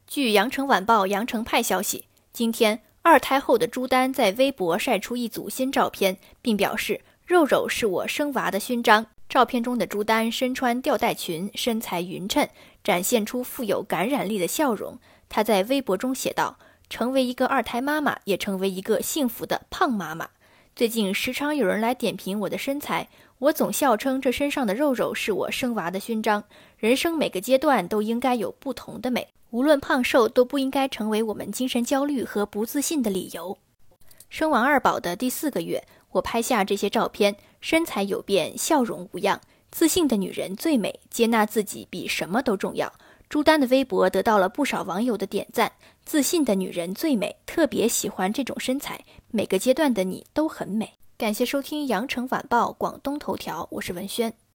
据羊城晚报羊城派消息，今天二胎后的朱丹在微博晒出一组新照片，并表示肉肉是我生娃的勋章。照片中的朱丹身穿吊带裙，身材匀称，展现出富有感染力的笑容。她在微博中写道：成为一个二胎妈妈，也成为一个幸福的胖妈妈。最近时常有人来点评我的身材，我总笑称这身上的肉肉是我生娃的勋章。人生每个阶段都应该有不同的美，无论胖瘦都不应该成为我们精神焦虑和不自信的理由。生完二宝的第4个月，我拍下这些照片，身材有变，笑容无恙。自信的女人最美，接纳自己比什么都重要。朱丹的微博得到了不少网友的点赞，自信的女人最美，特别喜欢这种身材，每个阶段的你都很美。感谢收听羊城晚报广东头条，我是文轩。